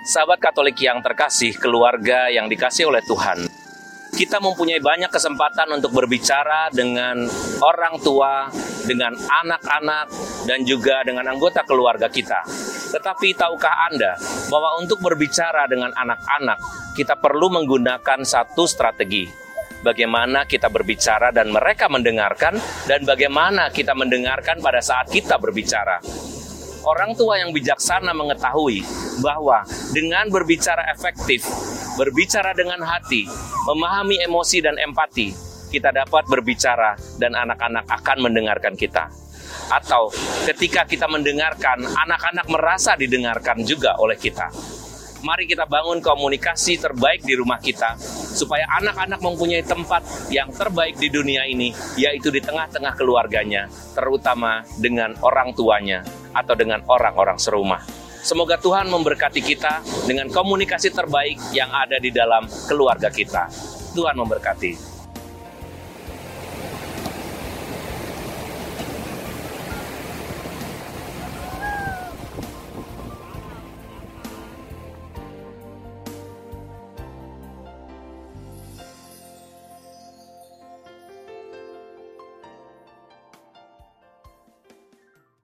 Sahabat Katolik yang terkasih, keluarga yang dikasih oleh Tuhan, kita mempunyai banyak kesempatan untuk berbicara dengan orang tua, dengan anak-anak, dan juga dengan anggota keluarga kita. Tetapi tahukah Anda bahwa untuk berbicara dengan anak-anak, kita perlu menggunakan satu strategi. Bagaimana kita berbicara dan mereka mendengarkan, dan bagaimana kita mendengarkan pada saat kita berbicara. Orang tua yang bijaksana mengetahui bahwa dengan berbicara efektif, berbicara dengan hati, memahami emosi dan empati, kita dapat berbicara dan anak-anak akan mendengarkan kita. Atau ketika kita mendengarkan, anak-anak merasa didengarkan juga oleh kita. Mari kita bangun komunikasi terbaik di rumah kita, supaya anak-anak mempunyai tempat yang terbaik di dunia ini, yaitu di tengah-tengah keluarganya, terutama dengan orang tuanya atau dengan orang-orang serumah. Semoga Tuhan memberkati kita dengan komunikasi terbaik yang ada di dalam keluarga kita. Tuhan memberkati.